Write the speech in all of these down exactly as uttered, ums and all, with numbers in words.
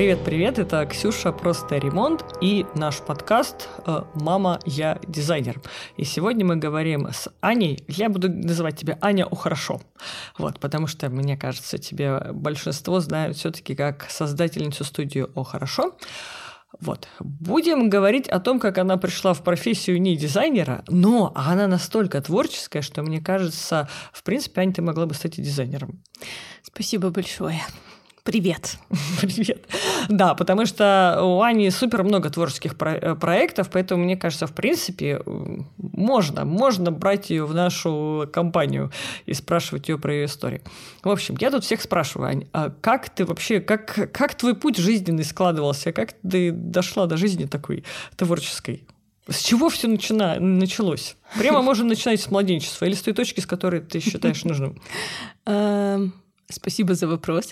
Привет-привет, это Ксюша «Просто ремонт» и наш подкаст «Мама, я дизайнер». И сегодня мы говорим с Аней, я буду называть тебя Аня О Хорошо, вот, потому что, мне кажется, тебе большинство знают все-таки как создательницу студии О Хорошо. Вот. Будем говорить о том, как она пришла в профессию не дизайнера, но она настолько творческая, что, мне кажется, в принципе, Аня, ты могла бы стать и дизайнером. Спасибо большое. Привет. Привет. Да, потому что у Ани супер много творческих про- проектов, поэтому, мне кажется, в принципе, можно, можно брать ее в нашу компанию и спрашивать ее про ее историю. В общем, я тут всех спрашиваю, Ань, а как ты вообще, как, как твой путь жизненный складывался, как ты дошла до жизни такой творческой? С чего все начина... началось? Прямо можно начинать с младенчества или с той точки, с которой ты считаешь нужным? Спасибо за вопрос.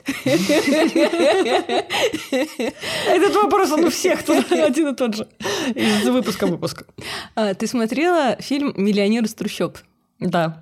Этот вопрос, он у всех один и тот же. Из выпуска в выпуск. Ты смотрела фильм «Миллионер из трущоб»? Да.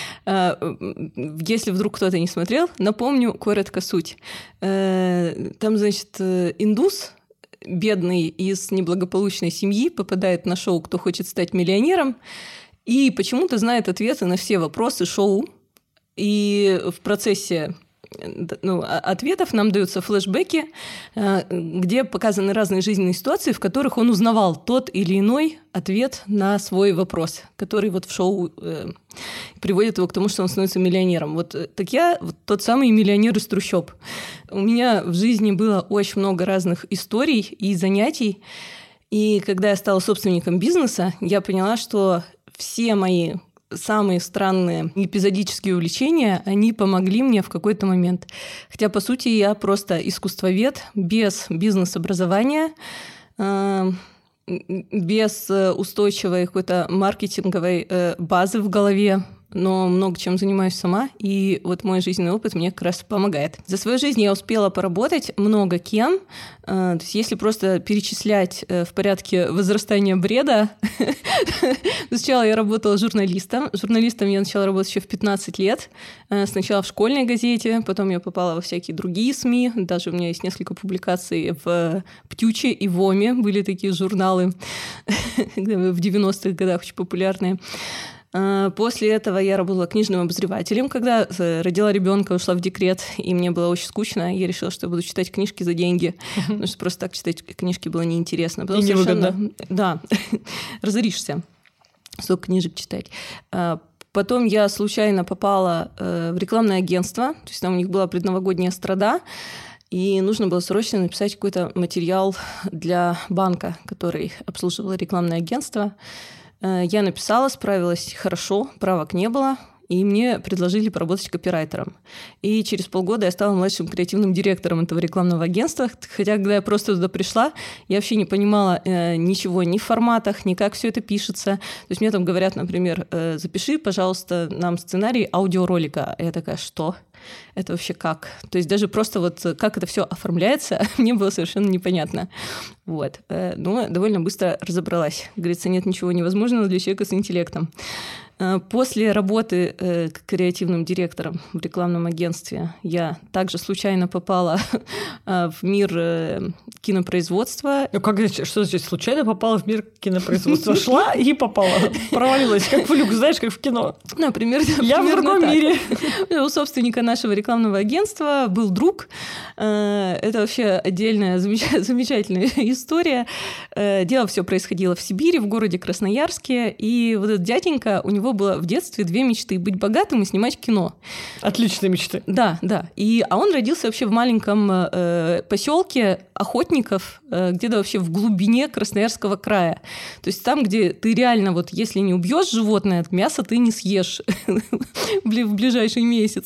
Если вдруг кто-то не смотрел, напомню коротко суть. Там, значит, индус, бедный из неблагополучной семьи, попадает на шоу «Кто хочет стать миллионером» и почему-то знает ответы на все вопросы шоу. И в процессе ну, ответов нам даются флешбеки, где показаны разные жизненные ситуации, в которых он узнавал тот или иной ответ на свой вопрос, который вот в шоу э, приводит его к тому, что он становится миллионером. Вот так я вот тот самый миллионер из трущоб. У меня в жизни было очень много разных историй и занятий, и когда я стала собственником бизнеса, я поняла, что все мои самые странные эпизодические увлечения, они помогли мне в какой-то момент. Хотя, по сути, я просто искусствовед без бизнес-образования, без устойчивой какой-то маркетинговой базы в голове, но много чем занимаюсь сама, и вот мой жизненный опыт мне как раз помогает. За свою жизнь я успела поработать много кем. То есть если просто перечислять в порядке возрастания бреда, сначала я работала журналистом. Журналистом я начала работать еще в пятнадцать лет. Сначала в школьной газете, потом я попала во всякие другие СМИ. Даже у меня есть несколько публикаций в «Птюче» и в «Оме». Были такие журналы в девяностых годах очень популярные. После этого я работала книжным обозревателем. Когда родила ребенка, ушла в декрет, и мне было очень скучно, я решила, что я буду читать книжки за деньги, потому что просто так читать книжки было неинтересно. И невыгодно. Совершенно... Да, разоришься, столько книжек читать. Потом я случайно попала в рекламное агентство, то есть там у них была предновогодняя страда, и нужно было срочно написать какой-то материал для банка, который обслуживало рекламное агентство. Я написала, справилась хорошо, правок не было, и мне предложили поработать копирайтером. И через полгода я стала младшим креативным директором этого рекламного агентства, хотя когда я просто туда пришла, я вообще не понимала э, ничего ни в форматах, ни как все это пишется. То есть мне там говорят, например, э, запиши, пожалуйста, нам сценарий аудиоролика. Я такая, что? Это вообще как? То есть даже просто вот как это все оформляется, мне было совершенно непонятно. Вот. Но довольно быстро разобралась. Говорится, нет ничего невозможного для человека с интеллектом. После работы креативным директором в рекламном агентстве я также случайно попала в мир кинопроизводства. Ну, как, что значит случайно попала в мир кинопроизводства? Шла и попала, провалилась, как в люк, знаешь, как в кино. Например, я в другом так. мире. У собственника нашего рекламного агентства был друг. Это вообще отдельная замечательная история. Дело все происходило в Сибири, в городе Красноярске, и вот этот дяденька, у него было в детстве две мечты: быть богатым и снимать кино. Отличные мечты. Да, да. И, а он родился вообще в маленьком э, поселке охотников, э, где-то вообще в глубине Красноярского края. То есть там, где ты реально, вот если не убьешь животное, мясо ты не съешь в ближайший месяц.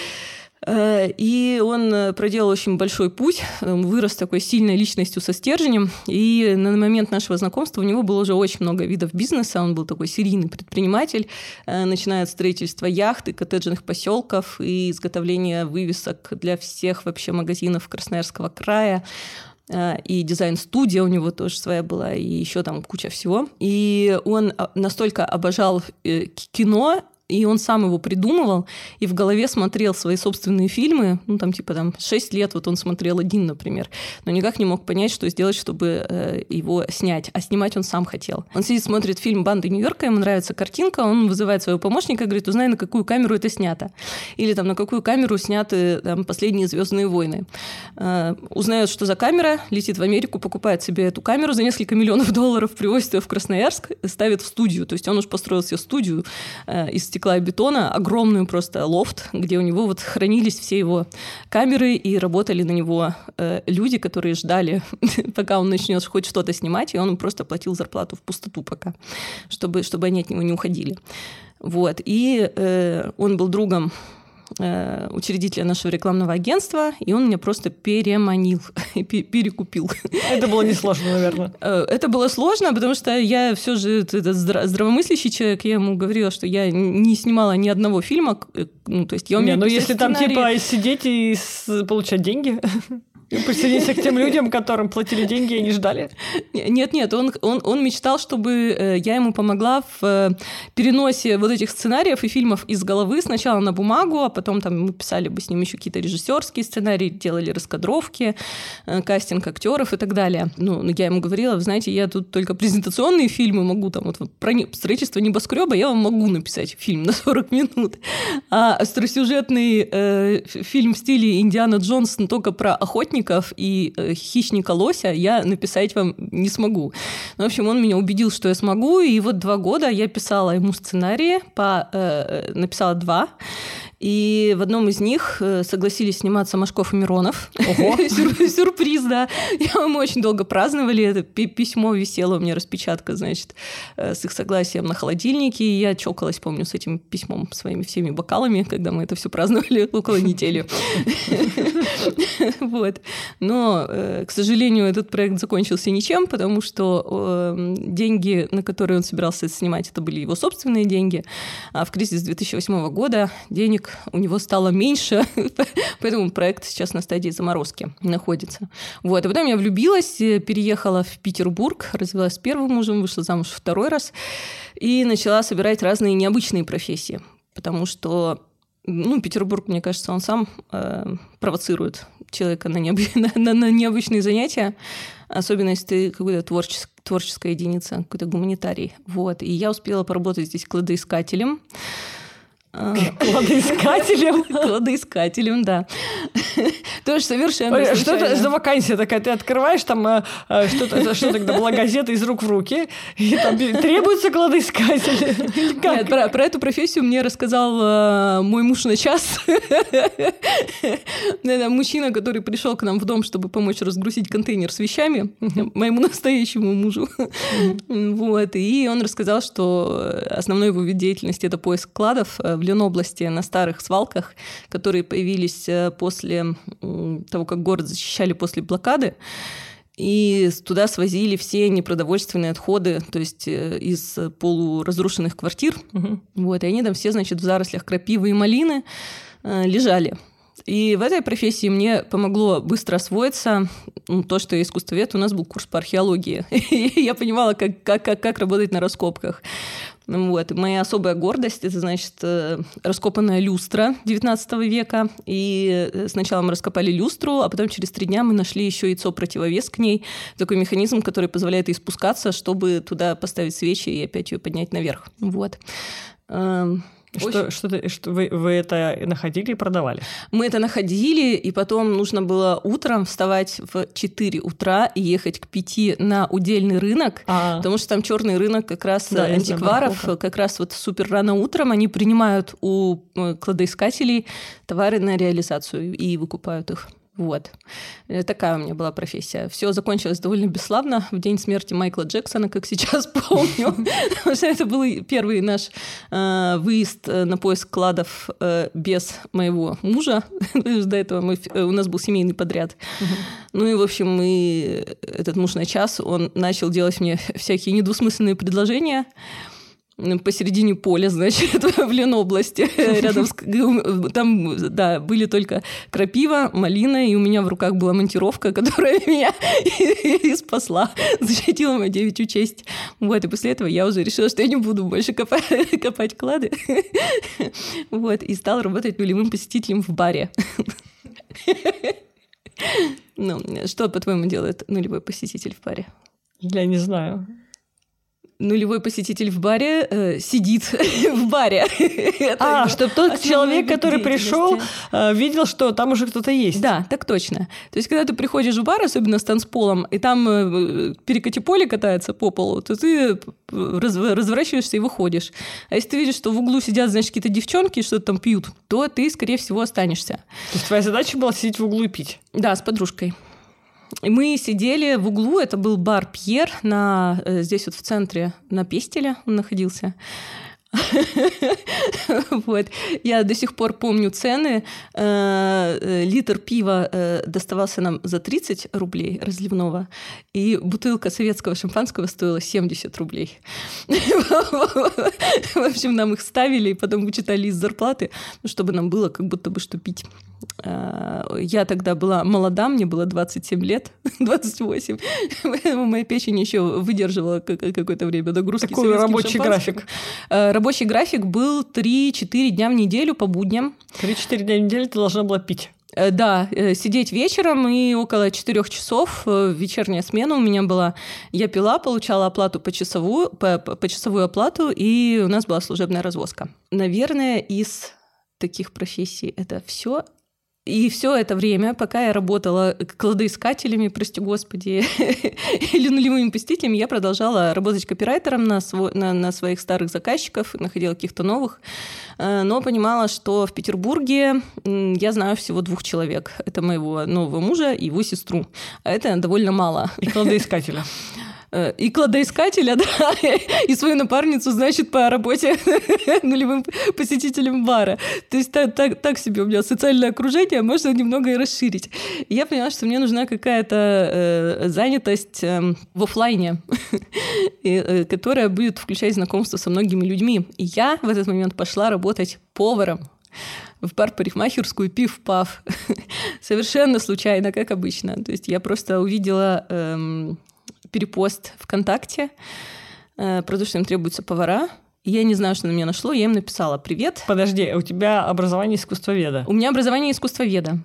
И он проделал очень большой путь, вырос такой сильной личностью со стержнем, и на момент нашего знакомства у него было уже очень много видов бизнеса, он был такой серийный предприниматель, начиная от строительства яхт и коттеджных поселков и изготовления вывесок для всех вообще магазинов Красноярского края. И дизайн-студия у него тоже своя была, и еще там куча всего. И он настолько обожал кино, и он сам его придумывал, и в голове смотрел свои собственные фильмы, ну, там, типа, там, шесть лет вот он смотрел один, например, но никак не мог понять, что сделать, чтобы э, его снять, а снимать он сам хотел. Он сидит, смотрит фильм «Банды Нью-Йорка», ему нравится картинка, он вызывает своего помощника, говорит, узнай, на какую камеру это снято, или там, на какую камеру сняты там, последние «Звездные войны». Э, узнает, что за камера, летит в Америку, покупает себе эту камеру за несколько миллионов долларов, привозит ее в Красноярск, ставит в студию, то есть он уж построил себе студию э, из стекла и бетона, огромную просто лофт, где у него вот хранились все его камеры и работали на него э, люди, которые ждали, пока он начнет хоть что-то снимать, и он им просто платил зарплату в пустоту пока, чтобы, чтобы они от него не уходили. Вот. И э, он был другом учредителя нашего рекламного агентства, и он меня просто переманил, перекупил. Это было несложно, наверное. Это было сложно, потому что я все же этот здравомыслящий человек, я ему говорила, что я не снимала ни одного фильма, ну, то есть я умею не, ну писать если сценарий. Там типа сидеть и получать деньги... Присоединиться к тем людям, которым платили деньги и не ждали? Нет, нет, он, он, он мечтал, чтобы я ему помогла в переносе вот этих сценариев и фильмов из головы сначала на бумагу, а потом там мы писали бы с ним еще какие-то режиссерские сценарии, делали раскадровки, кастинг актеров и так далее. Ну, я ему говорила, вы знаете, я тут только презентационные фильмы могу, там вот про строительство небоскреба я вам могу написать фильм на сорок минут, а остросюжетный э, фильм в стиле Индиана Джонс только про охотников и э, хищника лося я написать вам не смогу. Ну, в общем, он меня убедил, что я смогу, и вот два года я писала ему сценарии, по, э, написала два, и в одном из них согласились сниматься Машков и Миронов. Сюр- сюрприз, да. Мы очень долго праздновали, это письмо висело у меня, распечатка, значит, с их согласием на холодильнике, и я чокалась, помню, с этим письмом, своими всеми бокалами, когда мы это все праздновали около недели. Вот. Но, к сожалению, этот проект закончился ничем, потому что деньги, на которые он собирался снимать, это были его собственные деньги, а в кризис две тысячи восьмого года денег у него стало меньше, поэтому проект сейчас на стадии заморозки находится. Вот. А потом я влюбилась, переехала в Петербург, развелась с первым мужем, вышла замуж второй раз и начала собирать разные необычные профессии, потому что ну, Петербург, мне кажется, он сам э, провоцирует человека на, необ... на, на, на необычные занятия, особенно если ты какая-то творческая, творческая единица, какой-то гуманитарий. Вот. И я успела поработать здесь кладоискателем. Кладоискателем? Кладоискателем, да. Тоже совершенно Ой, что это за вакансия такая? Ты открываешь там что-то, что тогда была газета из рук в руки, и там требуется кладоискатель. Нет, про, про эту профессию мне рассказал э, мой муж на час. Это мужчина, который пришел к нам в дом, чтобы помочь разгрузить контейнер с вещами, моему настоящему мужу. Вот. И он рассказал, что основной его вид деятельности – это поиск кладов в Ленобласти на старых свалках, которые появились после того, как город защищали после блокады. И туда свозили все непродовольственные отходы, то есть из полуразрушенных квартир. Угу. Вот, и они там все, значит, в зарослях крапивы и малины лежали. И в этой профессии мне помогло быстро освоиться ну, то, что я искусствовед. У нас был курс по археологии. И я понимала, как, как, как, как работать на раскопках. Вот. Моя особая гордость – это, значит, раскопанная люстра девятнадцатого века. И сначала мы раскопали люстру, а потом через три дня мы нашли еще яйцо-противовес к ней. Такой механизм, который позволяет ей спускаться, чтобы туда поставить свечи и опять ее поднять наверх. Вот. Что, что, что вы, вы это находили и продавали? Мы это находили, и потом нужно было утром вставать в четыре утра и ехать к пяти на удельный рынок, А-а-а. потому что там черный рынок как раз да, антикваров, как раз вот супер рано утром они принимают у кладоискателей товары на реализацию и выкупают их. Вот. Такая у меня была профессия. Все закончилось довольно бесславно в день смерти Майкла Джексона, как сейчас помню. Потому что это был первый наш э, выезд на поиск кладов э, без моего мужа. До этого мы, у нас был семейный подряд. Uh-huh. Ну и, в общем, мы, этот муж на час, он начал делать мне всякие недвусмысленные предложения. посередине поля, значит, в Ленобласти. Рядом с... Там, да, были только крапива, малина, и у меня в руках была монтировка, которая меня и спасла, защитила мою девичью честь. Вот, и после этого я уже решила, что я не буду больше копать, копать клады. Вот, и стала работать нулевым посетителем в баре. Ну, что, по-твоему, делает нулевой посетитель в баре? Я не знаю. Нулевой посетитель в баре э, сидит в баре. А, чтобы тот человек, который пришел, видел, что там уже кто-то есть. Да, так точно. То есть, когда ты приходишь в бар, особенно с танцполом, и там перекати-поле катается по полу, то ты разворачиваешься и выходишь. А если ты видишь, что в углу сидят, значит, какие-то девчонки и что-то там пьют, то ты, скорее всего, останешься. То есть твоя задача была сидеть в углу и пить? Да, с подружкой. И мы сидели в углу, это был бар «Пьер», на, здесь вот в центре, на Пестеле он находился. Вот. Я до сих пор помню цены. Литр пива доставался нам за тридцать рублей разливного, и бутылка советского шампанского стоила семьдесят рублей. В общем, нам их ставили, и потом вычитали из зарплаты, чтобы нам было как будто бы что пить. Я тогда была молода, мне было двадцать семь лет, двадцать восемь. Моя печень еще выдерживала какое-то время нагрузки. Такой рабочий график. Рабочий график был три-четыре дня в неделю по будням. три-четыре дня в неделю ты должна была пить. Да, сидеть вечером, и около четырех часов вечерняя смена у меня была. Я пила, получала оплату почасовую, по, почасовую оплату, и у нас была служебная развозка. Наверное, из таких профессий это все. И все это время, пока я работала кладоискателями, прости господи, или нулевыми посетителями, я продолжала работать копирайтером на, свой, на, на своих старых заказчиков, находила каких-то новых, но понимала, что в Петербурге я знаю всего двух человек. Это моего нового мужа и его сестру. А это довольно мало. И кладоискателя. И кладоискателя, да, и свою напарницу, значит, по работе нулевым посетителем бара. То есть так, так, так себе у меня социальное окружение, можно немного и расширить. И я поняла, что мне нужна какая-то э, занятость э, в офлайне, э, которая будет включать знакомство со многими людьми. И я в этот момент пошла работать поваром в бар-парикмахерскую «Пив-пав». Совершенно случайно, как обычно. То есть я просто увидела... Эм, перепост ВКонтакте э, про то, что им требуются повара. И я не знаю, что на меня нашло. Я им написала: «Привет». Подожди, у тебя образование искусствоведа? У меня образование искусствоведа.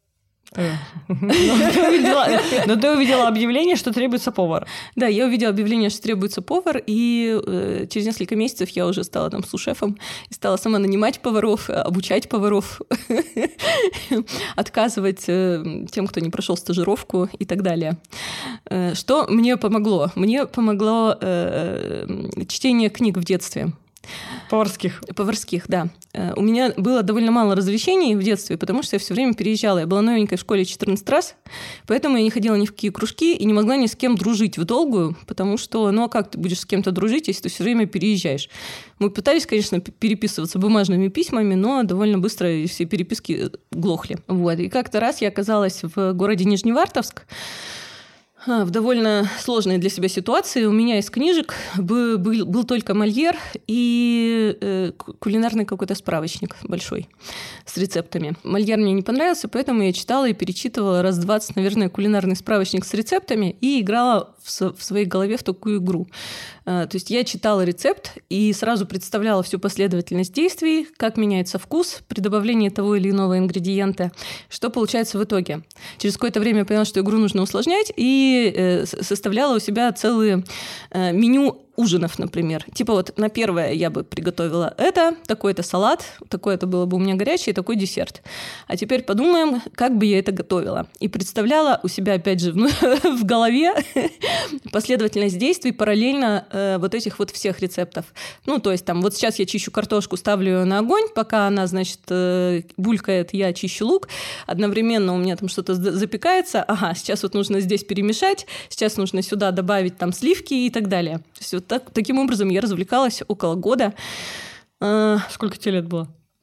Но ты увидела объявление, что требуется повар. Да, я увидела объявление, что требуется повар, и э, через несколько месяцев я уже стала там су-шефом и стала сама нанимать поваров, обучать поваров, отказывать э, тем, кто не прошел стажировку и так далее. Э, что мне помогло? Мне помогло э, чтение книг в детстве. Поварских. Поварских, да. У меня было довольно мало развлечений в детстве, потому что я все время переезжала. Я была новенькой в школе четырнадцать раз, поэтому я не ходила ни в какие кружки и не могла ни с кем дружить в долгую, потому что, ну а как ты будешь с кем-то дружить, если ты все время переезжаешь? Мы пытались, конечно, переписываться бумажными письмами, но довольно быстро все переписки глохли. Вот. И как-то раз я оказалась в городе Нижневартовск, в довольно сложной для себя ситуации. У меня из книжек был, был, был только Мольер и э, кулинарный какой-то справочник большой с рецептами. Мольер мне не понравился, поэтому я читала и перечитывала раз двадцать, наверное, кулинарный справочник с рецептами и играла в, в своей голове в такую игру. Э, то есть я читала рецепт и сразу представляла всю последовательность действий, как меняется вкус при добавлении того или иного ингредиента, что получается в итоге. Через какое-то время я поняла, что игру нужно усложнять, и составляла у себя целые меню ужинов, например. Типа вот на первое я бы приготовила это, такой-то салат, такое-то было бы у меня горячее, такой десерт. А теперь подумаем, как бы я это готовила. И представляла у себя, опять же, в голове последовательность действий параллельно э, вот этих вот всех рецептов. Ну, то есть там вот сейчас я чищу картошку, ставлю ее на огонь, пока она, значит, э, булькает, я чищу лук, одновременно у меня там что-то запекается, ага, сейчас вот нужно здесь перемешать, сейчас нужно сюда добавить там сливки и так далее. То есть вот так, таким образом я развлекалась около года. Сколько тебе лет было?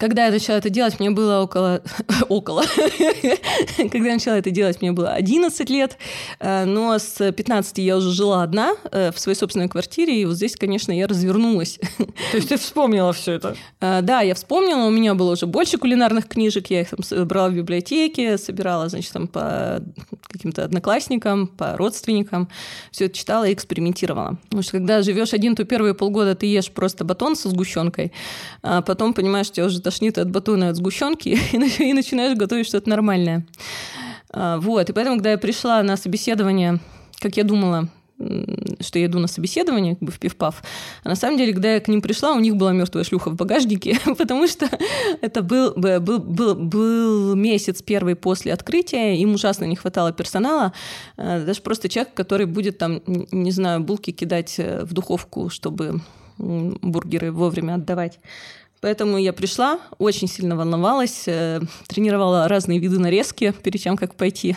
Когда я начала это делать, мне было около... около. Когда я начала это делать, мне было одиннадцать лет, но с пятнадцати я уже жила одна в своей собственной квартире, и вот здесь, конечно, я развернулась. То есть ты вспомнила все это? Да, я вспомнила, у меня было уже больше кулинарных книжек, я их там брала в библиотеке, собирала, значит, там по каким-то одноклассникам, по родственникам, все это читала и экспериментировала. Потому что когда живешь один, то первые полгода ты ешь просто батон со сгущенкой, а потом понимаешь, что тебя уже тошнит от батона и от сгущенки, и начинаешь готовить что-то нормальное. Вот. И поэтому, когда я пришла на собеседование, как я думала, что я иду на собеседование, как бы в пивпав, а на самом деле, когда я к ним пришла, у них была мертвая шлюха в багажнике, потому что это был, был, был, был месяц первый после открытия, им ужасно не хватало персонала, даже просто человек, который будет там, не знаю, булки кидать в духовку, чтобы бургеры вовремя отдавать. Поэтому я пришла, очень сильно волновалась, тренировала разные виды нарезки перед тем, как пойти.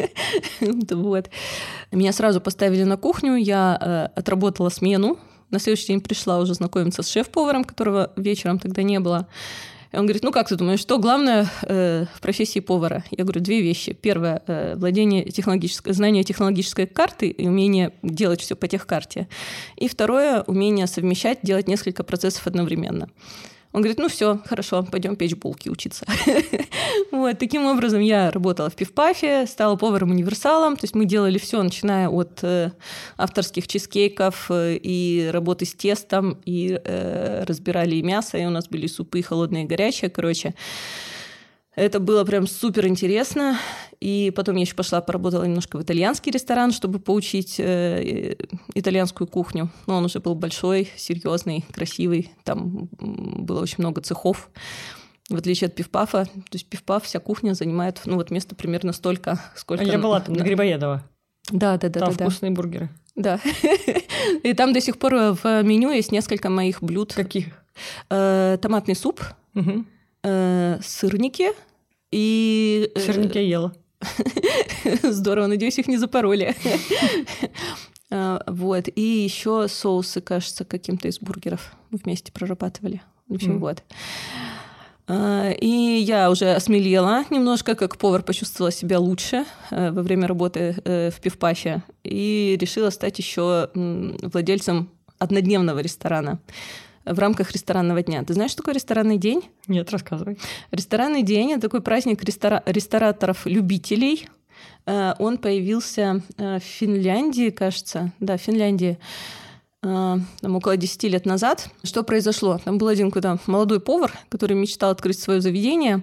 Вот. Меня сразу поставили на кухню, я отработала смену. На следующий день пришла уже знакомиться с шеф-поваром, которого вечером тогда не было. И он говорит, ну как ты думаешь, что главное в профессии повара? Я говорю, две вещи. Первое – владение технологической, знание технологической карты и умение делать все по техкарте. И второе – умение совмещать, делать несколько процессов одновременно. Он говорит, ну все, хорошо, пойдем печь булки учиться. Вот, таким образом я работала в пивпафе, стала поваром-универсалом. То есть мы делали все, начиная от э, авторских чизкейков э, и работы с тестом, и э, разбирали и мясо, и у нас были супы холодные и горячие. Короче, это было прям супер интересно. И потом я еще пошла, поработала немножко в итальянский ресторан, чтобы поучить э, итальянскую кухню. Но он уже был большой, серьезный, красивый. Там было очень много цехов. В отличие от пивпафа. То есть пивпаф, вся кухня занимает, ну вот место примерно столько, сколько... А я была там, на Грибоедова. Да, да, да. Там да, вкусные да. бургеры. Да. И там до сих пор в меню есть несколько моих блюд. Каких? Э, томатный суп, Угу. э, сырники и... Сырники я ела. Здорово, надеюсь, их не запороли. Вот. И еще соусы, кажется, каким-то из бургеров вместе прорабатывали. В общем, вот. И я уже осмелела немножко, как повар почувствовала себя лучше во время работы в пивпафе и решила стать еще владельцем однодневного ресторана в рамках ресторанного дня. Ты знаешь, что такое ресторанный день? Нет, рассказывай. Ресторанный день – это такой праздник рестора- рестораторов-любителей. Он появился в Финляндии, кажется. Да, в Финляндии. Там около десяти лет назад. Что произошло? Там был один какой-то молодой повар, который мечтал открыть свое заведение.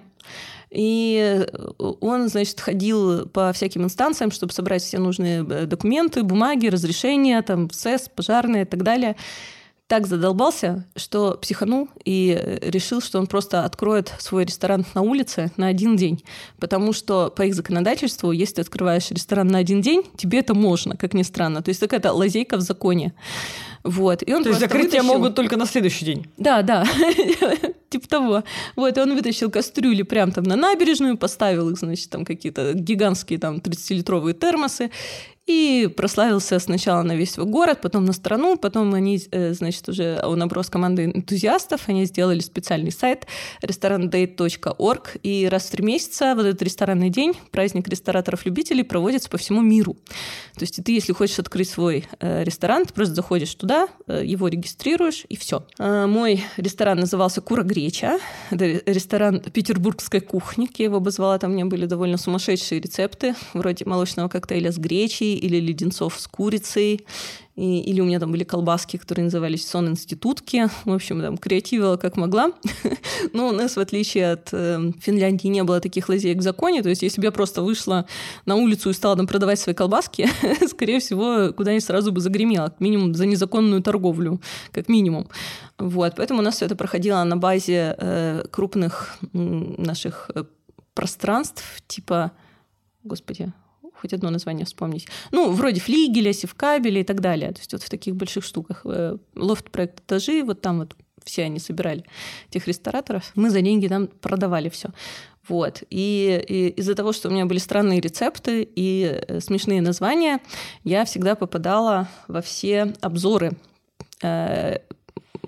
И он, значит, ходил по всяким инстанциям, чтобы собрать все нужные документы, бумаги, разрешения, там, СЭС, пожарные и так далее. Так задолбался, что психанул и решил, что он просто откроет свой ресторан на улице на один день. Потому что по их законодательству, если ты открываешь ресторан на один день, тебе это можно, как ни странно. То есть такая лазейка в законе. Вот. И он То есть закрыть тебя вытащил... могут только на следующий день? Да, да, типа того. Вот, и он вытащил кастрюли прямо там на набережную, поставил их, значит, там какие-то гигантские там тридцатилитровые термосы, и прославился сначала на весь свой город, потом на страну, потом они, значит, уже он наброс команды энтузиастов, они сделали специальный сайт ресторан дейт точка орг, и раз в три месяца вот этот ресторанный день, праздник рестораторов-любителей, проводится по всему миру. То есть ты, если хочешь открыть свой ресторан, ты просто заходишь туда, его регистрируешь, и все. Мой ресторан назывался «Кура Греча». Это ресторан петербургской кухни, я его обозвала, там у меня были довольно сумасшедшие рецепты, вроде молочного коктейля с гречей, или леденцов с курицей, и, или у меня там были колбаски, которые назывались сон-институтки. В общем, там креативила как могла. Но у нас, в отличие от э, Финляндии, не было таких лазеек в законе. То есть, если бы я просто вышла на улицу и стала там продавать свои колбаски, скорее всего, куда-нибудь сразу бы загремела, как минимум за незаконную торговлю, как минимум. Вот. Поэтому у нас все это проходило на базе э, крупных м, наших пространств, типа, господи, хоть одно название вспомнить. Ну, вроде флигеля, севкабеля и так далее. То есть вот в таких больших штуках. Лофт-проект «Этажи», вот там вот все они собирали этих рестораторов. Мы за деньги там продавали все. Вот. И, и из-за того, что у меня были странные рецепты и смешные названия, я всегда попадала во все обзоры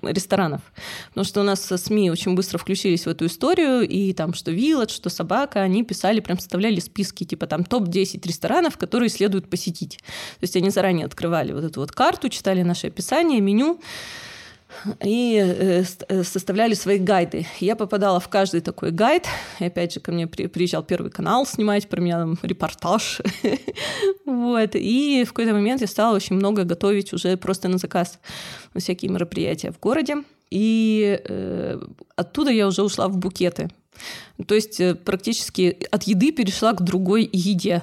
ресторанов. Потому что у нас СМИ очень быстро включились в эту историю, и там что Вилладж, что Собака, они писали, прям составляли списки, типа там топ десять ресторанов, которые следует посетить. То есть они заранее открывали вот эту вот карту, читали наше описание, меню, и составляли свои гайды. Я попадала в каждый такой гайд. И опять же, ко мне приезжал Первый канал снимать про меня там репортаж. Вот. И в какой-то момент я стала очень много готовить уже просто на заказ на всякие мероприятия в городе. И э, оттуда я уже ушла в букеты. То есть практически от еды перешла к другой еде.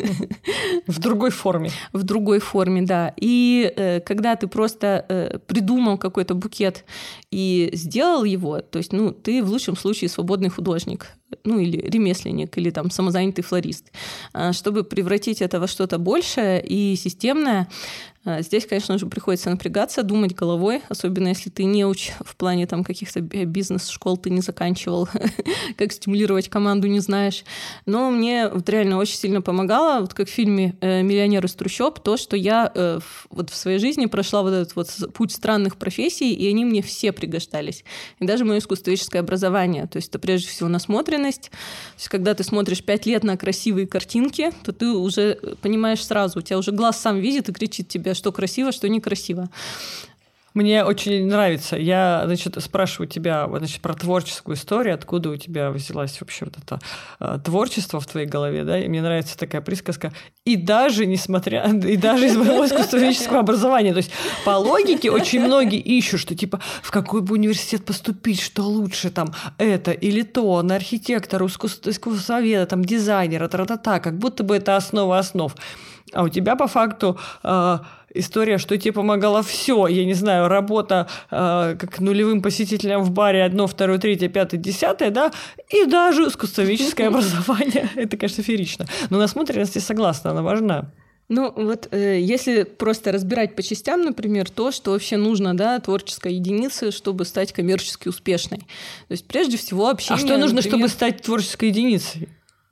В другой форме. В другой форме, да. И э, когда ты просто э, придумал какой-то букет и сделал его, то есть, ну, ты в лучшем случае свободный художник, ну, или ремесленник, или там самозанятый флорист. А чтобы превратить это во что-то большее и системное, здесь, конечно же, приходится напрягаться, думать головой, особенно если ты неуч в плане там каких-то бизнес-школ ты не заканчивал, как стимулировать команду не знаешь. Но мне вот реально очень сильно помогало, вот как в фильме «Миллионер из трущоб», то, что я вот в своей жизни прошла вот этот вот путь странных профессий, и они мне все пригождались. И даже мое искусствоведческое образование. То есть это прежде всего насмотренность. То есть когда ты смотришь пять лет на красивые картинки, то ты уже понимаешь сразу, у тебя уже глаз сам видит и кричит тебе, что красиво, что некрасиво. Мне очень нравится. Я, значит, спрашиваю тебя, значит, про творческую историю, откуда у тебя взялось вообще вот это э, творчество в твоей голове, да? И мне нравится такая присказка. И даже несмотря, и даже из моего искусствоведческого образования. То есть по логике очень многие ищут, что типа в какой бы университет поступить, что лучше там это или то, на архитектора, искусствоведа, там дизайнера, тра-та-та, как будто бы это основа основ. А у тебя по факту э, история, что тебе помогало все. Я не знаю, работа э, как нулевым посетителем в баре одно, второе, третье, пятое, десятое, да, и даже искусствоведческое образование. Это, конечно, феерично. Но насмотренность, я согласна, она важна. Ну вот э, если просто разбирать по частям, например, то, что вообще нужно, да, творческой единице, чтобы стать коммерчески успешной. То есть прежде всего общение... А что нужно, например... чтобы стать творческой единицей?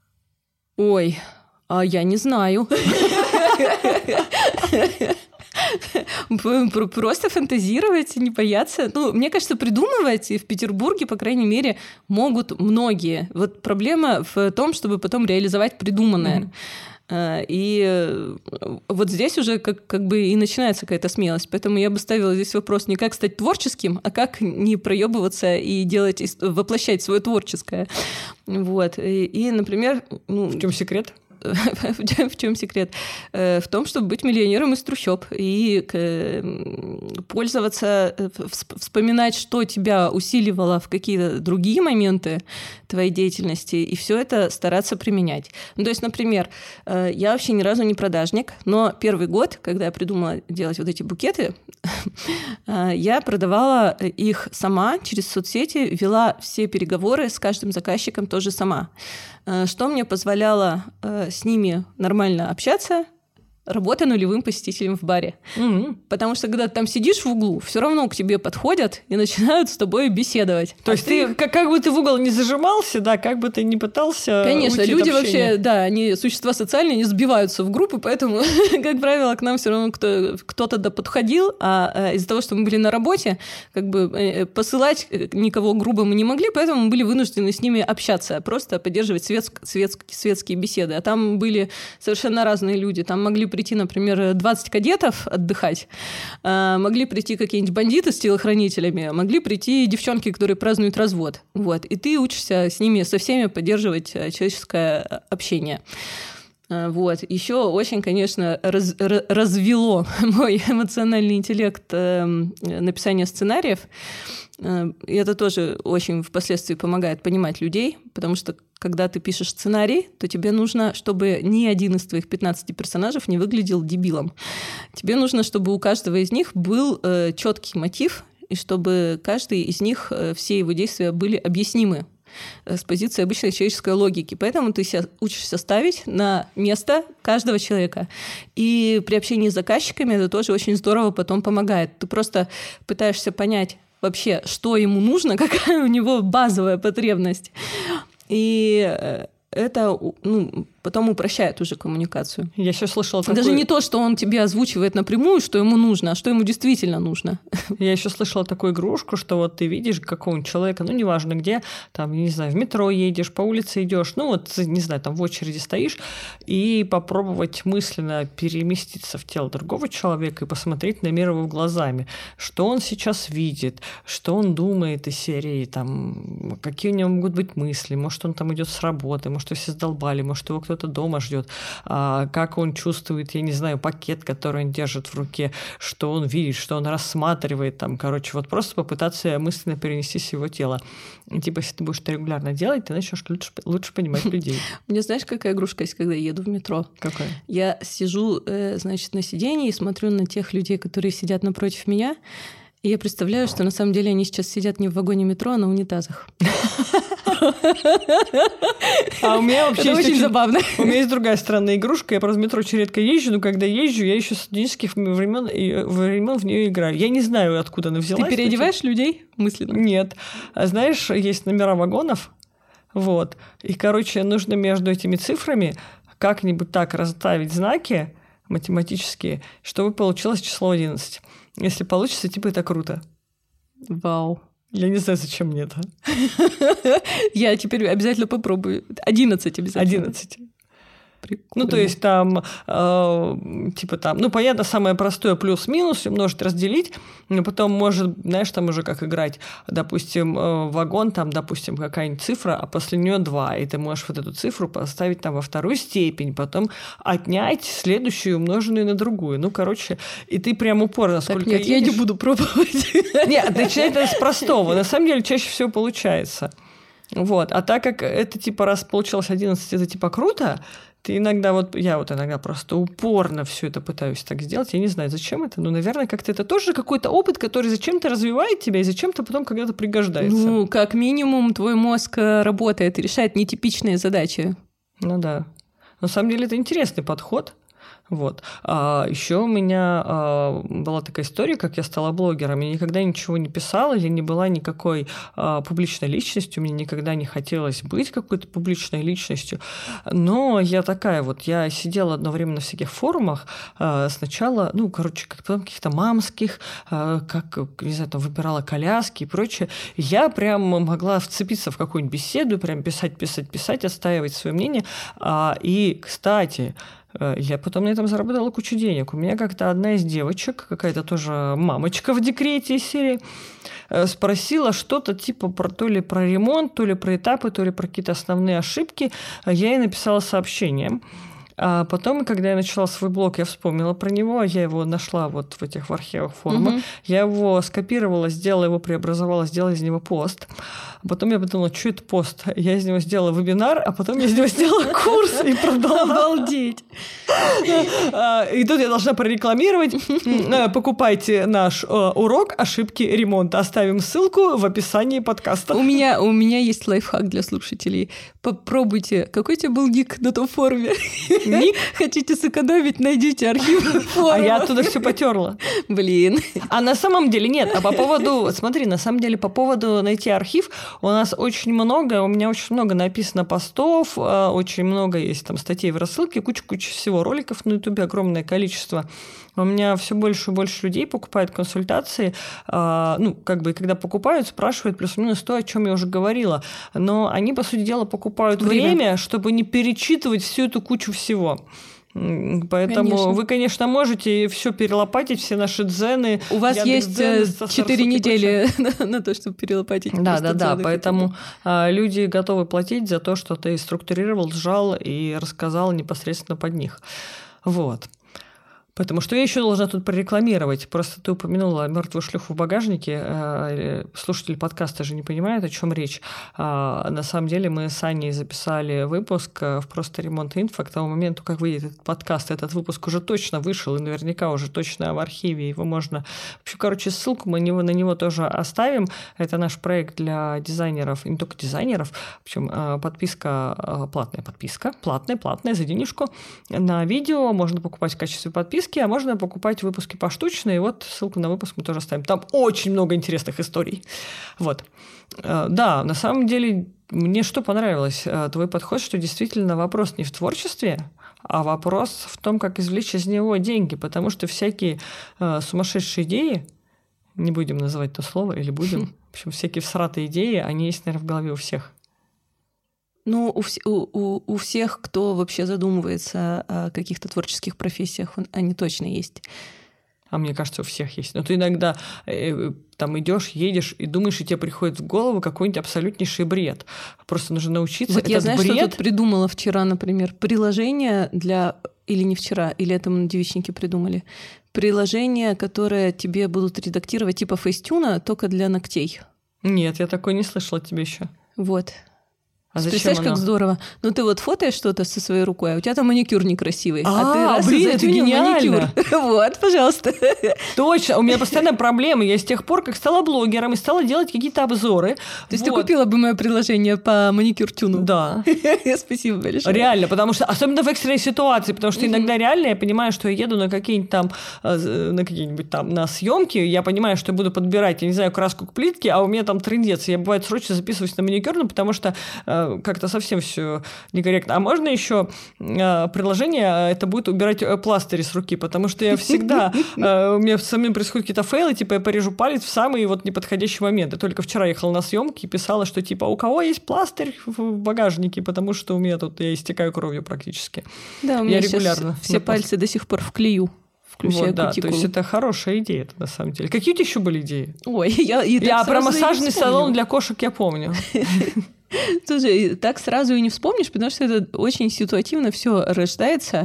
Ой, а я не знаю. Просто фантазировать, не бояться. Ну, мне кажется, придумывать и в Петербурге, по крайней мере, могут многие. Вот проблема в том, чтобы потом реализовать придуманное. Mm-hmm. И вот здесь уже как, как бы и начинается какая-то смелость. Поэтому я бы ставила здесь вопрос не как стать творческим, а как не проебываться и делать, воплощать свое творческое. Вот. И, и например... Ну, в чем секрет? В чем секрет? В том, чтобы быть миллионером из трущоб и пользоваться, вспоминать, что тебя усиливало в какие-то другие моменты твоей деятельности, и все это стараться применять. Ну, то есть, например, я вообще ни разу не продажник, но первый год, когда я придумала делать вот эти букеты, я продавала их сама через соцсети, вела все переговоры с каждым заказчиком тоже сама. Что мне позволяло э, с ними нормально общаться, работа нулевым посетителем в баре. Mm-hmm. Потому что, когда ты там сидишь в углу, все равно к тебе подходят и начинают с тобой беседовать. То а есть ты, как, как бы ты в угол не зажимался, да, как бы ты не пытался. Конечно, уйти люди от общения. вообще, да, они существа социальные, они сбиваются в группы, поэтому, как правило, к нам все равно кто, кто-то да подходил, а из-за того, что мы были на работе, как бы посылать никого грубо мы не могли, поэтому мы были вынуждены с ними общаться, просто поддерживать светск, светск, светские беседы. А там были совершенно разные люди, там могли прийти, например, двадцать кадетов отдыхать, могли прийти какие-нибудь бандиты с телохранителями, могли прийти девчонки, которые празднуют развод. Вот. И ты учишься с ними, со всеми поддерживать человеческое общение. Вот. Еще очень, конечно, раз, развело мой эмоциональный интеллект э, написание сценариев. И это тоже очень впоследствии помогает понимать людей, потому что когда ты пишешь сценарий, то тебе нужно, чтобы ни один из твоих пятнадцати персонажей не выглядел дебилом. Тебе нужно, чтобы у каждого из них был э, четкий мотив, и чтобы каждый из них, э, все его действия были объяснимы с позиции обычной человеческой логики. Поэтому ты себя учишься ставить на место каждого человека. И при общении с заказчиками это тоже очень здорово потом помогает. Ты просто пытаешься понять вообще, что ему нужно, какая у него базовая потребность. И это, ну, потом упрощает уже коммуникацию. Я еще слышала такую... Даже не то, что он тебе озвучивает напрямую, что ему нужно, а что ему действительно нужно. Я еще слышала такую игрушку, что вот ты видишь какого-нибудь человека, ну, неважно где, там, я не знаю, в метро едешь, по улице идешь, ну, вот, не знаю, там в очереди стоишь, и попробовать мысленно переместиться в тело другого человека и посмотреть на мир его глазами, что он сейчас видит, что он думает из серии, там, какие у него могут быть мысли, может, он там идет с работы, может, все сдолбали, может, его кто-то дома ждет, а, как он чувствует, я не знаю, пакет, который он держит в руке, что он видит, что он рассматривает, там, короче, вот просто попытаться мысленно перенести с его тела. И, типа, если ты будешь это регулярно делать, ты начнешь лучше, лучше понимать людей. У меня, знаешь, какая игрушка есть, когда я еду в метро? Какая? Я сижу, значит, на сиденье и смотрю на тех людей, которые сидят напротив меня, и я представляю, что на самом деле они сейчас сидят не в вагоне метро, а на унитазах. А у меня вообще это есть очень, очень забавно. У меня есть другая странная игрушка. Я просто в метро очень редко езжу, но когда езжу, я еще с студенческих времен, времен в нее играю. Я не знаю, откуда она взялась. Ты переодеваешь людей мысленно? Нет. А знаешь, есть номера вагонов, вот, и, короче, нужно между этими цифрами как-нибудь так расставить знаки математические, чтобы получилось число одиннадцать. Если получится, типа, это круто. Вау. Я не знаю, зачем мне это. Я теперь обязательно попробую. одиннадцать обязательно. одиннадцать. Прикольно. Ну, то есть там, э, типа там, ну, понятно, самое простое плюс-минус, умножить, разделить, но потом может, знаешь, там уже как играть, допустим, э, вагон, там, допустим, какая-нибудь цифра, а после нее два, и ты можешь вот эту цифру поставить там во вторую степень, потом отнять следующую, умноженную на другую. Ну, короче, и ты прям упорно, сколько так нет, едешь... я не буду пробовать. Нет, начинай это с простого. На самом деле, чаще всего получается. Вот. А так как это, типа, раз получилось одиннадцать, это, типа, круто, ты иногда, вот я вот иногда просто упорно все это пытаюсь так сделать. Я не знаю, зачем это, но, наверное, как-то это тоже какой-то опыт, который зачем-то развивает тебя и зачем-то потом когда-то пригождается. Ну, как минимум, твой мозг работает и решает нетипичные задачи. Ну да. На самом деле это интересный подход. Вот. А еще у меня а, была такая история, как я стала блогером. Я никогда ничего не писала, я не была никакой а, публичной личностью, мне никогда не хотелось быть какой-то публичной личностью. Но я такая вот, я сидела одно время на всяких форумах, а, сначала, ну, короче, как потом каких-то мамских, а, как, не знаю, там, выбирала коляски и прочее. Я прям могла вцепиться в какую-нибудь беседу, прям писать, писать, писать, отстаивать свое мнение. А, и, кстати, я потом на этом заработала кучу денег. У меня как-то одна из девочек, какая-то тоже мамочка в декрете из серии, спросила что-то типа про, то ли про ремонт, то ли про этапы, то ли про какие-то основные ошибки. Я ей написала сообщение. А потом, когда я начала свой блог, я вспомнила про него, я его нашла вот в этих в архивах форума, угу. Я его скопировала, сделала его, преобразовала, сделала из него пост. А потом я подумала, что это пост? Я из него сделала вебинар, а потом я из него сделала курс и продала. Обалдеть! И тут я должна прорекламировать. Покупайте наш урок «Ошибки ремонта». Оставим ссылку в описании подкаста. У меня, у меня есть лайфхак для слушателей. Попробуйте. Какой у тебя был ник на том форуме? Ник? Хотите сэкономить, найдите архив форума. А я оттуда все потерла. Блин. А на самом деле нет. А по поводу... Смотри, на самом деле по поводу найти архив у нас очень много, у меня очень много написано постов, очень много есть там статей в рассылке, куча-куча всего, роликов на Ютубе огромное количество. У меня все больше и больше людей покупают консультации, ну, как бы, и когда покупают, спрашивают плюс-минус то, о чем я уже говорила. Но они, по сути дела, покупают время, время чтобы не перечитывать всю эту кучу всего. Поэтому конечно. Вы, конечно, можете все перелопатить, все наши дзены. У вас есть четыре недели на, на то, чтобы перелопатить. Да, да, да. Поэтому а, люди готовы платить за то, что ты структурировал, сжал и рассказал непосредственно под них. Вот. Потому что я еще должна тут прорекламировать. Просто ты упомянула мертвую шлюху в багажнике. Слушатели подкаста же не понимают, о чем речь. На самом деле мы с Аней записали выпуск в «Просто ремонт инфо». К тому моменту, как выйдет этот подкаст, этот выпуск уже точно вышел, и наверняка уже точно в архиве. Его можно... Вообще, короче, ссылку мы на него тоже оставим. Это наш проект для дизайнеров, и не только дизайнеров. Причем подписка, платная подписка, платная, платная, за денежку. На видео можно покупать в качестве подписки. диски, а можно покупать выпуски поштучно, и вот ссылку на выпуск мы тоже оставим. Там очень много интересных историй. Вот. Да, на самом деле, мне что понравилось? Твой подход, что действительно вопрос не в творчестве, а вопрос в том, как извлечь из него деньги, потому что всякие сумасшедшие идеи, не будем называть то слово, или будем, в общем, всякие всратые идеи, они есть, наверное, в голове у всех. Ну, у, у, у всех, кто вообще задумывается о каких-то творческих профессиях, они точно есть. А мне кажется, у всех есть. Но ты иногда э, там идешь, едешь и думаешь, и тебе приходит в голову какой-нибудь абсолютнейший бред. Просто нужно научиться вот этот я, знаешь, бред... что тут придумала вчера, например? Приложение для... Или не вчера, или это мы на девичнике придумали. Приложение, которое тебе будут редактировать типа фейстюна, только для ногтей. Нет, я такое не слышала от тебя еще. Вот. А зачем Представляешь, оно? как здорово. Ну, ты вот фотоешь что-то со своей рукой, а у тебя там маникюр некрасивый. А, А, ты раз блин, и это задвинул гениально. маникюр. Вот, пожалуйста. Точно, у меня постоянно проблемы. Я с тех пор, как стала блогером и стала делать какие-то обзоры. То есть ты купила бы мое приложение по маникюр-тюну? Да. Спасибо большое. Реально, потому что, особенно в экстренной ситуации, потому что иногда реально я понимаю, что я еду на какие-нибудь там, на какие-нибудь там, на съемки, я понимаю, что я буду подбирать, я не знаю, краску к плитке, а у меня там трындец. Я, бывает, срочно записываюсь на маникюрную, потому что как-то совсем все некорректно. А можно еще э, приложение, это будет убирать пластыри с руки, потому что я всегда, э, у меня самим происходят какие-то фейлы, типа я порежу палец в самый вот неподходящий момент. Я только вчера ехала на съемки и писала, что типа у кого есть пластырь в багажнике, потому что у меня тут, я истекаю кровью практически. Да, у меня я регулярно. Все пальцы до сих пор в клею. Включая вот, да, кутикулу. то есть это хорошая идея, это, на самом деле. Какие у тебя еще были идеи? Ой, я, и я про массажный салон для кошек я помню. Слушай, так сразу и не вспомнишь, потому что это очень ситуативно все рождается,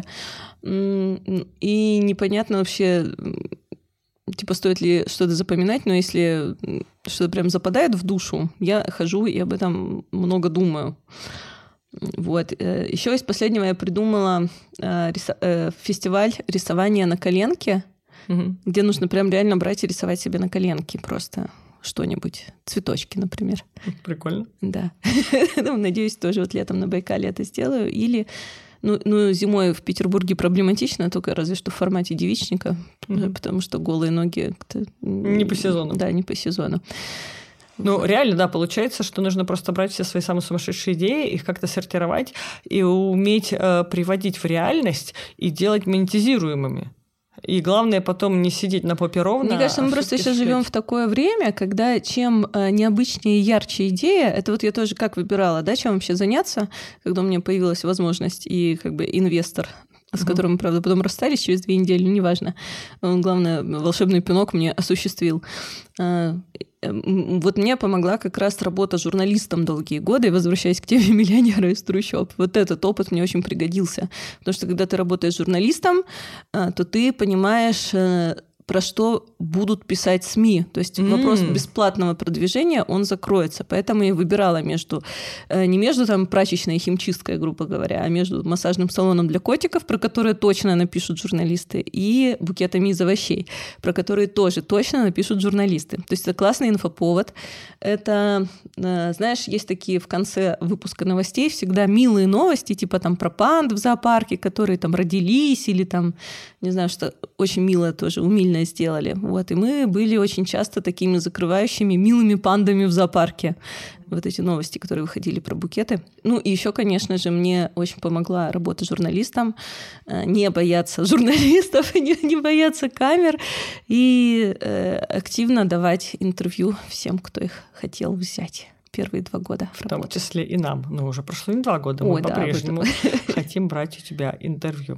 и непонятно вообще, типа, стоит ли что-то запоминать, но если что-то прям западает в душу, я хожу и об этом много думаю. Вот. Еще из последнего я придумала фестиваль рисования на коленке, угу. где нужно прям реально брать и рисовать себе на коленке просто что-нибудь. Цветочки, например. Прикольно. Да. Надеюсь, тоже вот летом на Байкале это сделаю. Или ну, ну, зимой в Петербурге проблематично, только разве что в формате девичника, mm-hmm. потому что голые ноги... Не по сезону. Да, не по сезону. Ну, вот. Реально, да, получается, что нужно просто брать все свои самые сумасшедшие идеи, их как-то сортировать и уметь э, приводить в реальность и делать монетизируемыми. И главное потом не сидеть на попе ровно. Мне кажется, мы а просто сейчас живем в такое время, когда чем необычнее и ярче идея, это вот я тоже как выбирала, да, чем вообще заняться, когда у меня появилась возможность и как бы инвестор, с uh-huh. которым, правда, потом расстались через две недели, ну, неважно. Он, главное, волшебный пинок мне осуществил. Вот мне помогла как раз работа журналистом долгие годы, возвращаясь к теме миллионера из трущоб. Вот этот опыт мне очень пригодился. Потому что когда ты работаешь журналистом, то ты понимаешь, про что будут писать СМИ. То есть mm. вопрос бесплатного продвижения, он закроется. Поэтому я выбирала между, не между там прачечной и химчисткой, грубо говоря, а между массажным салоном для котиков, про которые точно напишут журналисты, и букетами из овощей, про которые тоже точно напишут журналисты. То есть это классный инфоповод. Это, знаешь, есть такие в конце выпуска новостей всегда милые новости, типа там про панд в зоопарке, которые там родились, или там, не знаю, что очень милое тоже, умильное сделали. Вот. И мы были очень часто такими закрывающими милыми пандами в зоопарке. Вот эти новости, которые выходили про букеты. Ну и еще, конечно же, мне очень помогла работа журналистом. Не бояться журналистов, не, не бояться камер и э, активно давать интервью всем, кто их хотел взять. Первые два года. В том числе и нам. Ну, уже прошло не два года, Ой, мы да, по-прежнему хотим брать у тебя интервью.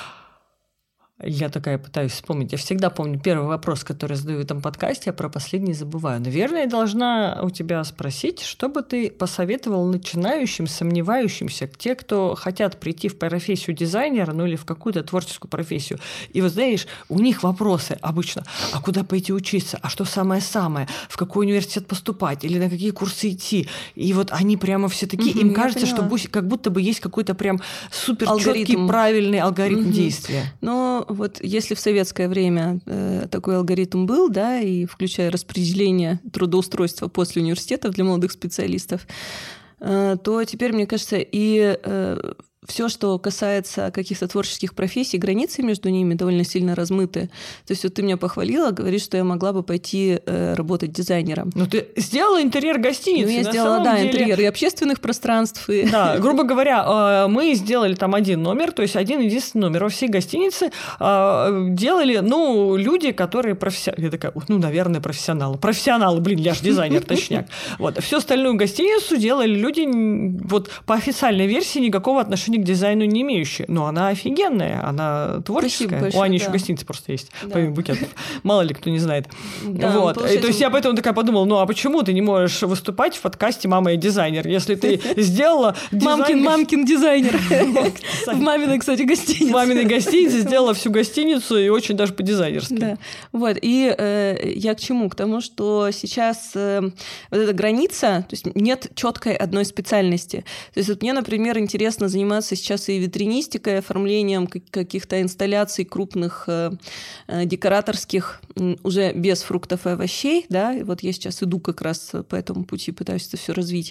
Я такая пытаюсь вспомнить. Я всегда помню первый вопрос, который задаю в этом подкасте, а про последний забываю. Наверное, я должна у тебя спросить, что бы ты посоветовал начинающим, сомневающимся, те, кто хотят прийти в профессию дизайнера, ну или в какую-то творческую профессию. И вот знаешь, у них вопросы обычно. А куда пойти учиться? А что самое-самое? В какой университет поступать? Или на какие курсы идти? И вот они прямо все такие, угу, им кажется, что как будто бы есть какой-то прям супер четкий, правильный алгоритм угу. действия. Но вот если в советское время э, такой алгоритм был, да, и включая распределение трудоустройства после университетов для молодых специалистов, э, то теперь, мне кажется, и э, все, что касается каких-то творческих профессий, границы между ними довольно сильно размыты. То есть вот ты меня похвалила, говоришь, что я могла бы пойти э, работать дизайнером. Ну, ты сделала интерьер гостиницы. Ну, я на сделала, да, деле... интерьер и общественных пространств. И... Да, грубо говоря, мы сделали там один номер, то есть один единственный номер. Во всей гостинице делали, ну, люди, которые профессионалы. Я такая, ну, наверное, профессионалы. Профессионалы, блин, я же дизайнер, точняк. Вот. Всю остальную гостиницу делали люди, вот по официальной версии, никакого отношения к дизайну не имеющие. Но она офигенная, она творческая. Большое, У Ани да. еще гостиница просто есть, Да. помимо букетов. Мало ли кто не знает. Да, вот. получается... То есть я поэтому такая подумала, ну, а почему ты не можешь выступать в подкасте «Мама и дизайнер», если ты сделала дизайн... Мамкин, мамкин дизайнер. В маминой, кстати, гостинице. В маминой гостинице сделала всю гостиницу и очень даже по-дизайнерски. Да. Вот. И э, я к чему? К тому, что сейчас э, вот эта граница, то есть нет четкой одной специальности. То есть вот мне, например, интересно заниматься сейчас и витринистикой, оформлением каких-то инсталляций крупных э, э, декораторских, уже без фруктов и овощей, да, и вот я сейчас иду как раз по этому пути, пытаюсь это все развить.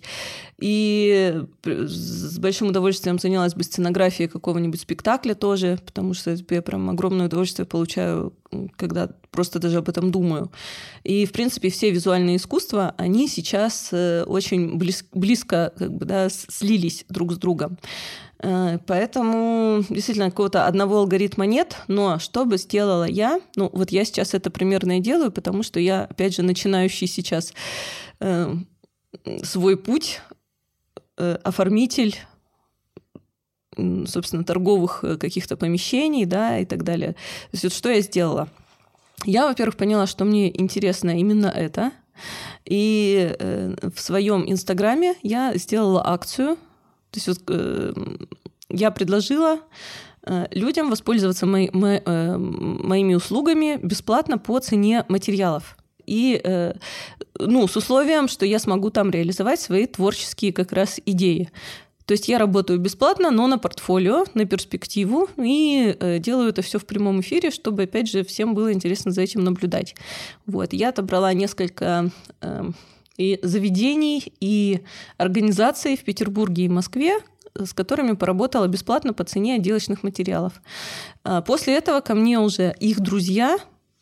И с большим удовольствием занялась бы сценографией какого-нибудь спектакля тоже, потому что я прям огромное удовольствие получаю, когда просто даже об этом думаю. И, в принципе, все визуальные искусства, они сейчас очень близ, близко как бы, да, слились друг с другом. Поэтому действительно какого-то одного алгоритма нет, но что бы сделала я, ну вот я сейчас это примерно и делаю, потому что я, опять же, начинающий сейчас э, свой путь, э, оформитель, собственно, торговых каких-то помещений, да, и так далее. То есть вот что я сделала? Я, во-первых, поняла, что мне интересно именно это, и э, в своем Инстаграме я сделала акцию. То есть вот э, я предложила э, людям воспользоваться мои, мо, э, моими услугами бесплатно по цене материалов. И э, ну, с условием, что я смогу там реализовать свои творческие как раз идеи. То есть я работаю бесплатно, но на портфолио, на перспективу, и э, делаю это все в прямом эфире, чтобы, опять же, всем было интересно за этим наблюдать. Вот. Я отобрала несколько... Э, и заведений, и организаций в Петербурге и Москве, с которыми поработала бесплатно по цене отделочных материалов. После этого ко мне уже их друзья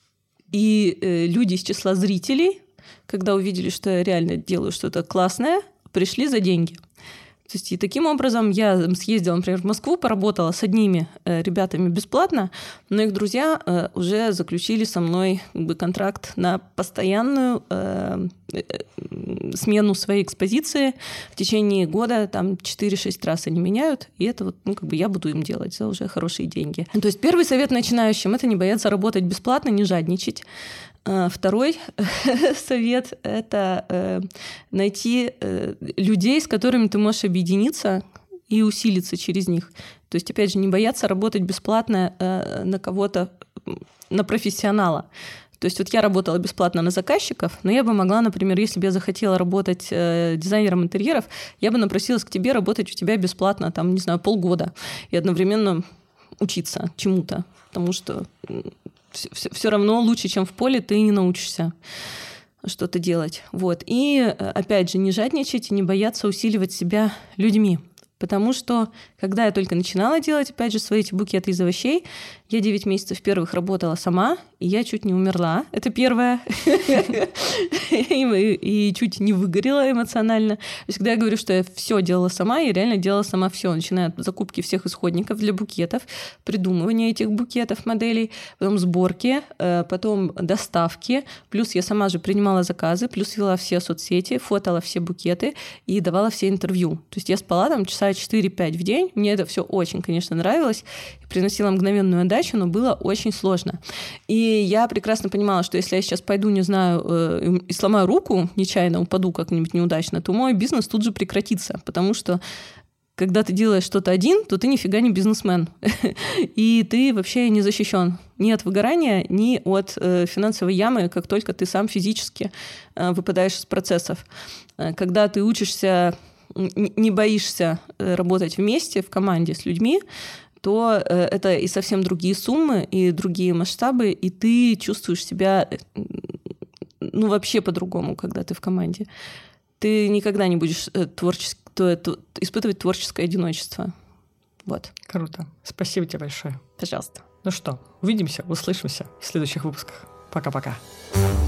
и люди из числа зрителей, когда увидели, что я реально делаю что-то классное, пришли за деньги. То есть и таким образом я съездила, например, в Москву, поработала с одними э, ребятами бесплатно, но их друзья э, уже заключили со мной как бы, контракт на постоянную э, э, смену своей экспозиции. В течение года там четыре-шесть раз они меняют, и это вот, ну, как бы я буду им делать за уже хорошие деньги. То есть первый совет начинающим – это не бояться работать бесплатно, не жадничать. Второй совет – это найти людей, с которыми ты можешь объединиться и усилиться через них. То есть, опять же, не бояться работать бесплатно на кого-то, на профессионала. То есть вот я работала бесплатно на заказчиков, но я бы могла, например, если бы я захотела работать дизайнером интерьеров, я бы напросилась к тебе работать у тебя бесплатно, там, не знаю, полгода, и одновременно учиться чему-то, потому что... Все, все равно лучше, чем в поле, ты не научишься что-то делать. Вот. И, опять же, не жадничать и не бояться усиливать себя людьми. Потому что, когда я только начинала делать, опять же, свои эти букеты из овощей, я девять месяцев первых работала сама, и я чуть не умерла. Это первое. И чуть не выгорела эмоционально. То есть, когда я говорю, что я все делала сама, я реально делала сама все, начиная от закупки всех исходников для букетов, придумывания этих букетов, моделей, потом сборки, потом доставки. Плюс я сама же принимала заказы, плюс вела все соцсети, фотала все букеты и давала все интервью. То есть я спала там часа четыре-пять в день. Мне это все очень, конечно, нравилось. Приносила мгновенную отдачу, но было очень сложно. И я прекрасно понимала, что если я сейчас пойду, не знаю, и сломаю руку, нечаянно упаду как-нибудь неудачно, то мой бизнес тут же прекратится, потому что когда ты делаешь что-то один, то ты нифига не бизнесмен. И ты вообще не защищен ни от выгорания, ни от финансовой ямы, как только ты сам физически выпадаешь из процессов. Когда ты учишься, не боишься работать вместе, в команде с людьми, то это и совсем другие суммы, и другие масштабы, и ты чувствуешь себя ну, вообще по-другому, когда ты в команде. Ты никогда не будешь творчески, то, то, испытывать творческое одиночество. Вот. Круто. Спасибо тебе большое. Пожалуйста. Ну что, увидимся, услышимся в следующих выпусках. Пока-пока.